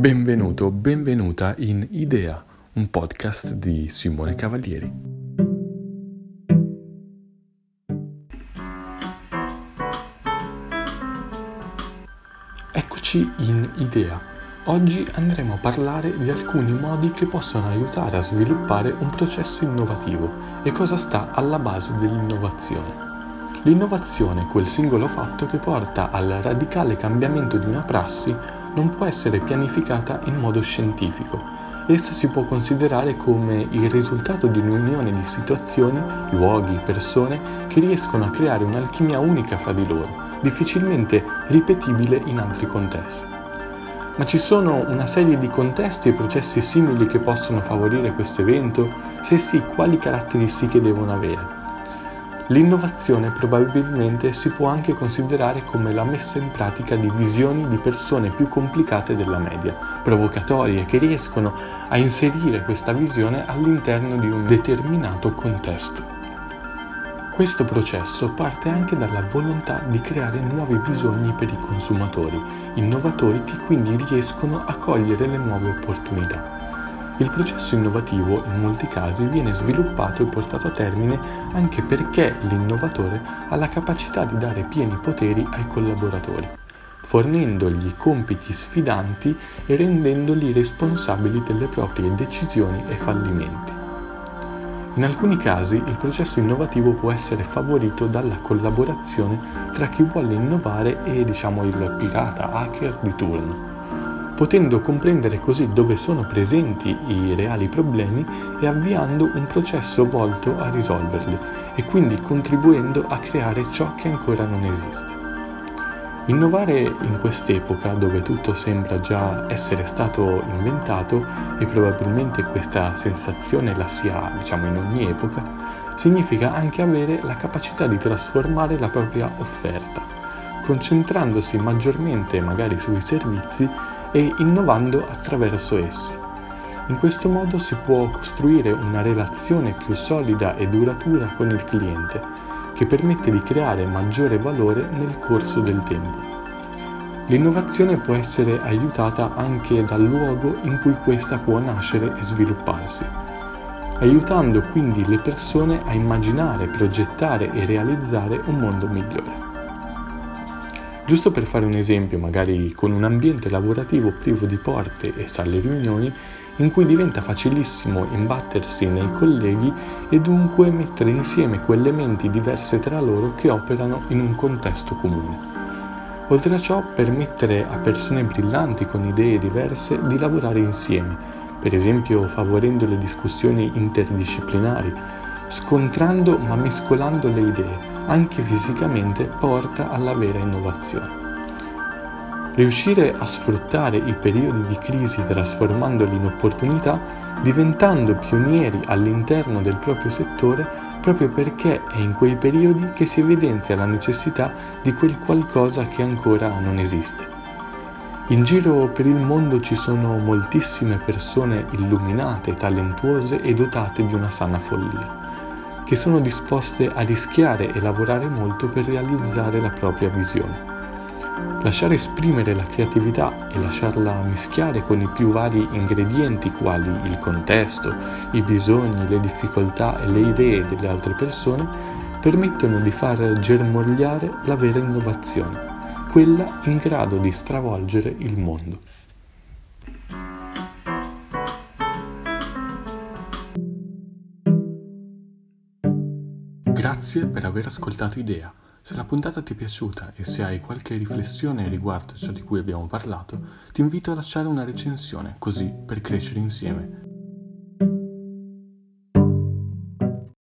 Benvenuto, benvenuta in Idea, un podcast di Simone Cavalieri. Eccoci in Idea. Oggi andremo a parlare di alcuni modi che possono aiutare a sviluppare un processo innovativo e cosa sta alla base dell'innovazione. L'innovazione è quel singolo fatto che porta al radicale cambiamento di una prassi. Non può essere pianificata in modo scientifico. Essa si può considerare come il risultato di un'unione di situazioni, luoghi, persone che riescono a creare un'alchimia unica fra di loro, difficilmente ripetibile in altri contesti. Ma ci sono una serie di contesti e processi simili che possono favorire questo evento? Se sì, quali caratteristiche devono avere? L'innovazione probabilmente si può anche considerare come la messa in pratica di visioni di persone più complicate della media, provocatorie, che riescono a inserire questa visione all'interno di un determinato contesto. Questo processo parte anche dalla volontà di creare nuovi bisogni per i consumatori, innovatori che quindi riescono a cogliere le nuove opportunità. Il processo innovativo in molti casi viene sviluppato e portato a termine anche perché l'innovatore ha la capacità di dare pieni poteri ai collaboratori, fornendogli compiti sfidanti e rendendoli responsabili delle proprie decisioni e fallimenti. In alcuni casi il processo innovativo può essere favorito dalla collaborazione tra chi vuole innovare e il pirata hacker di turno, potendo comprendere così dove sono presenti i reali problemi e avviando un processo volto a risolverli e quindi contribuendo a creare ciò che ancora non esiste. Innovare in quest'epoca, dove tutto sembra già essere stato inventato e probabilmente questa sensazione la si ha, in ogni epoca, significa anche avere la capacità di trasformare la propria offerta, concentrandosi maggiormente magari sui servizi e innovando attraverso essi. In questo modo si può costruire una relazione più solida e duratura con il cliente, che permette di creare maggiore valore nel corso del tempo. L'innovazione può essere aiutata anche dal luogo in cui questa può nascere e svilupparsi, aiutando quindi le persone a immaginare, progettare e realizzare un mondo migliore. Giusto per fare un esempio, magari con un ambiente lavorativo privo di porte e sale riunioni, in cui diventa facilissimo imbattersi nei colleghi e dunque mettere insieme quelle menti diverse tra loro che operano in un contesto comune. Oltre a ciò, permettere a persone brillanti con idee diverse di lavorare insieme, per esempio favorendo le discussioni interdisciplinari, scontrando ma mescolando le idee, anche fisicamente, porta alla vera innovazione. Riuscire a sfruttare i periodi di crisi trasformandoli in opportunità, diventando pionieri all'interno del proprio settore, proprio perché è in quei periodi che si evidenzia la necessità di quel qualcosa che ancora non esiste. In giro per il mondo ci sono moltissime persone illuminate, talentuose e dotate di una sana follia, che sono disposte a rischiare e lavorare molto per realizzare la propria visione. Lasciare esprimere la creatività e lasciarla mischiare con i più vari ingredienti quali il contesto, i bisogni, le difficoltà e le idee delle altre persone permettono di far germogliare la vera innovazione, quella in grado di stravolgere il mondo. Grazie per aver ascoltato Idea. Se la puntata ti è piaciuta e se hai qualche riflessione riguardo ciò di cui abbiamo parlato, ti invito a lasciare una recensione, così per crescere insieme.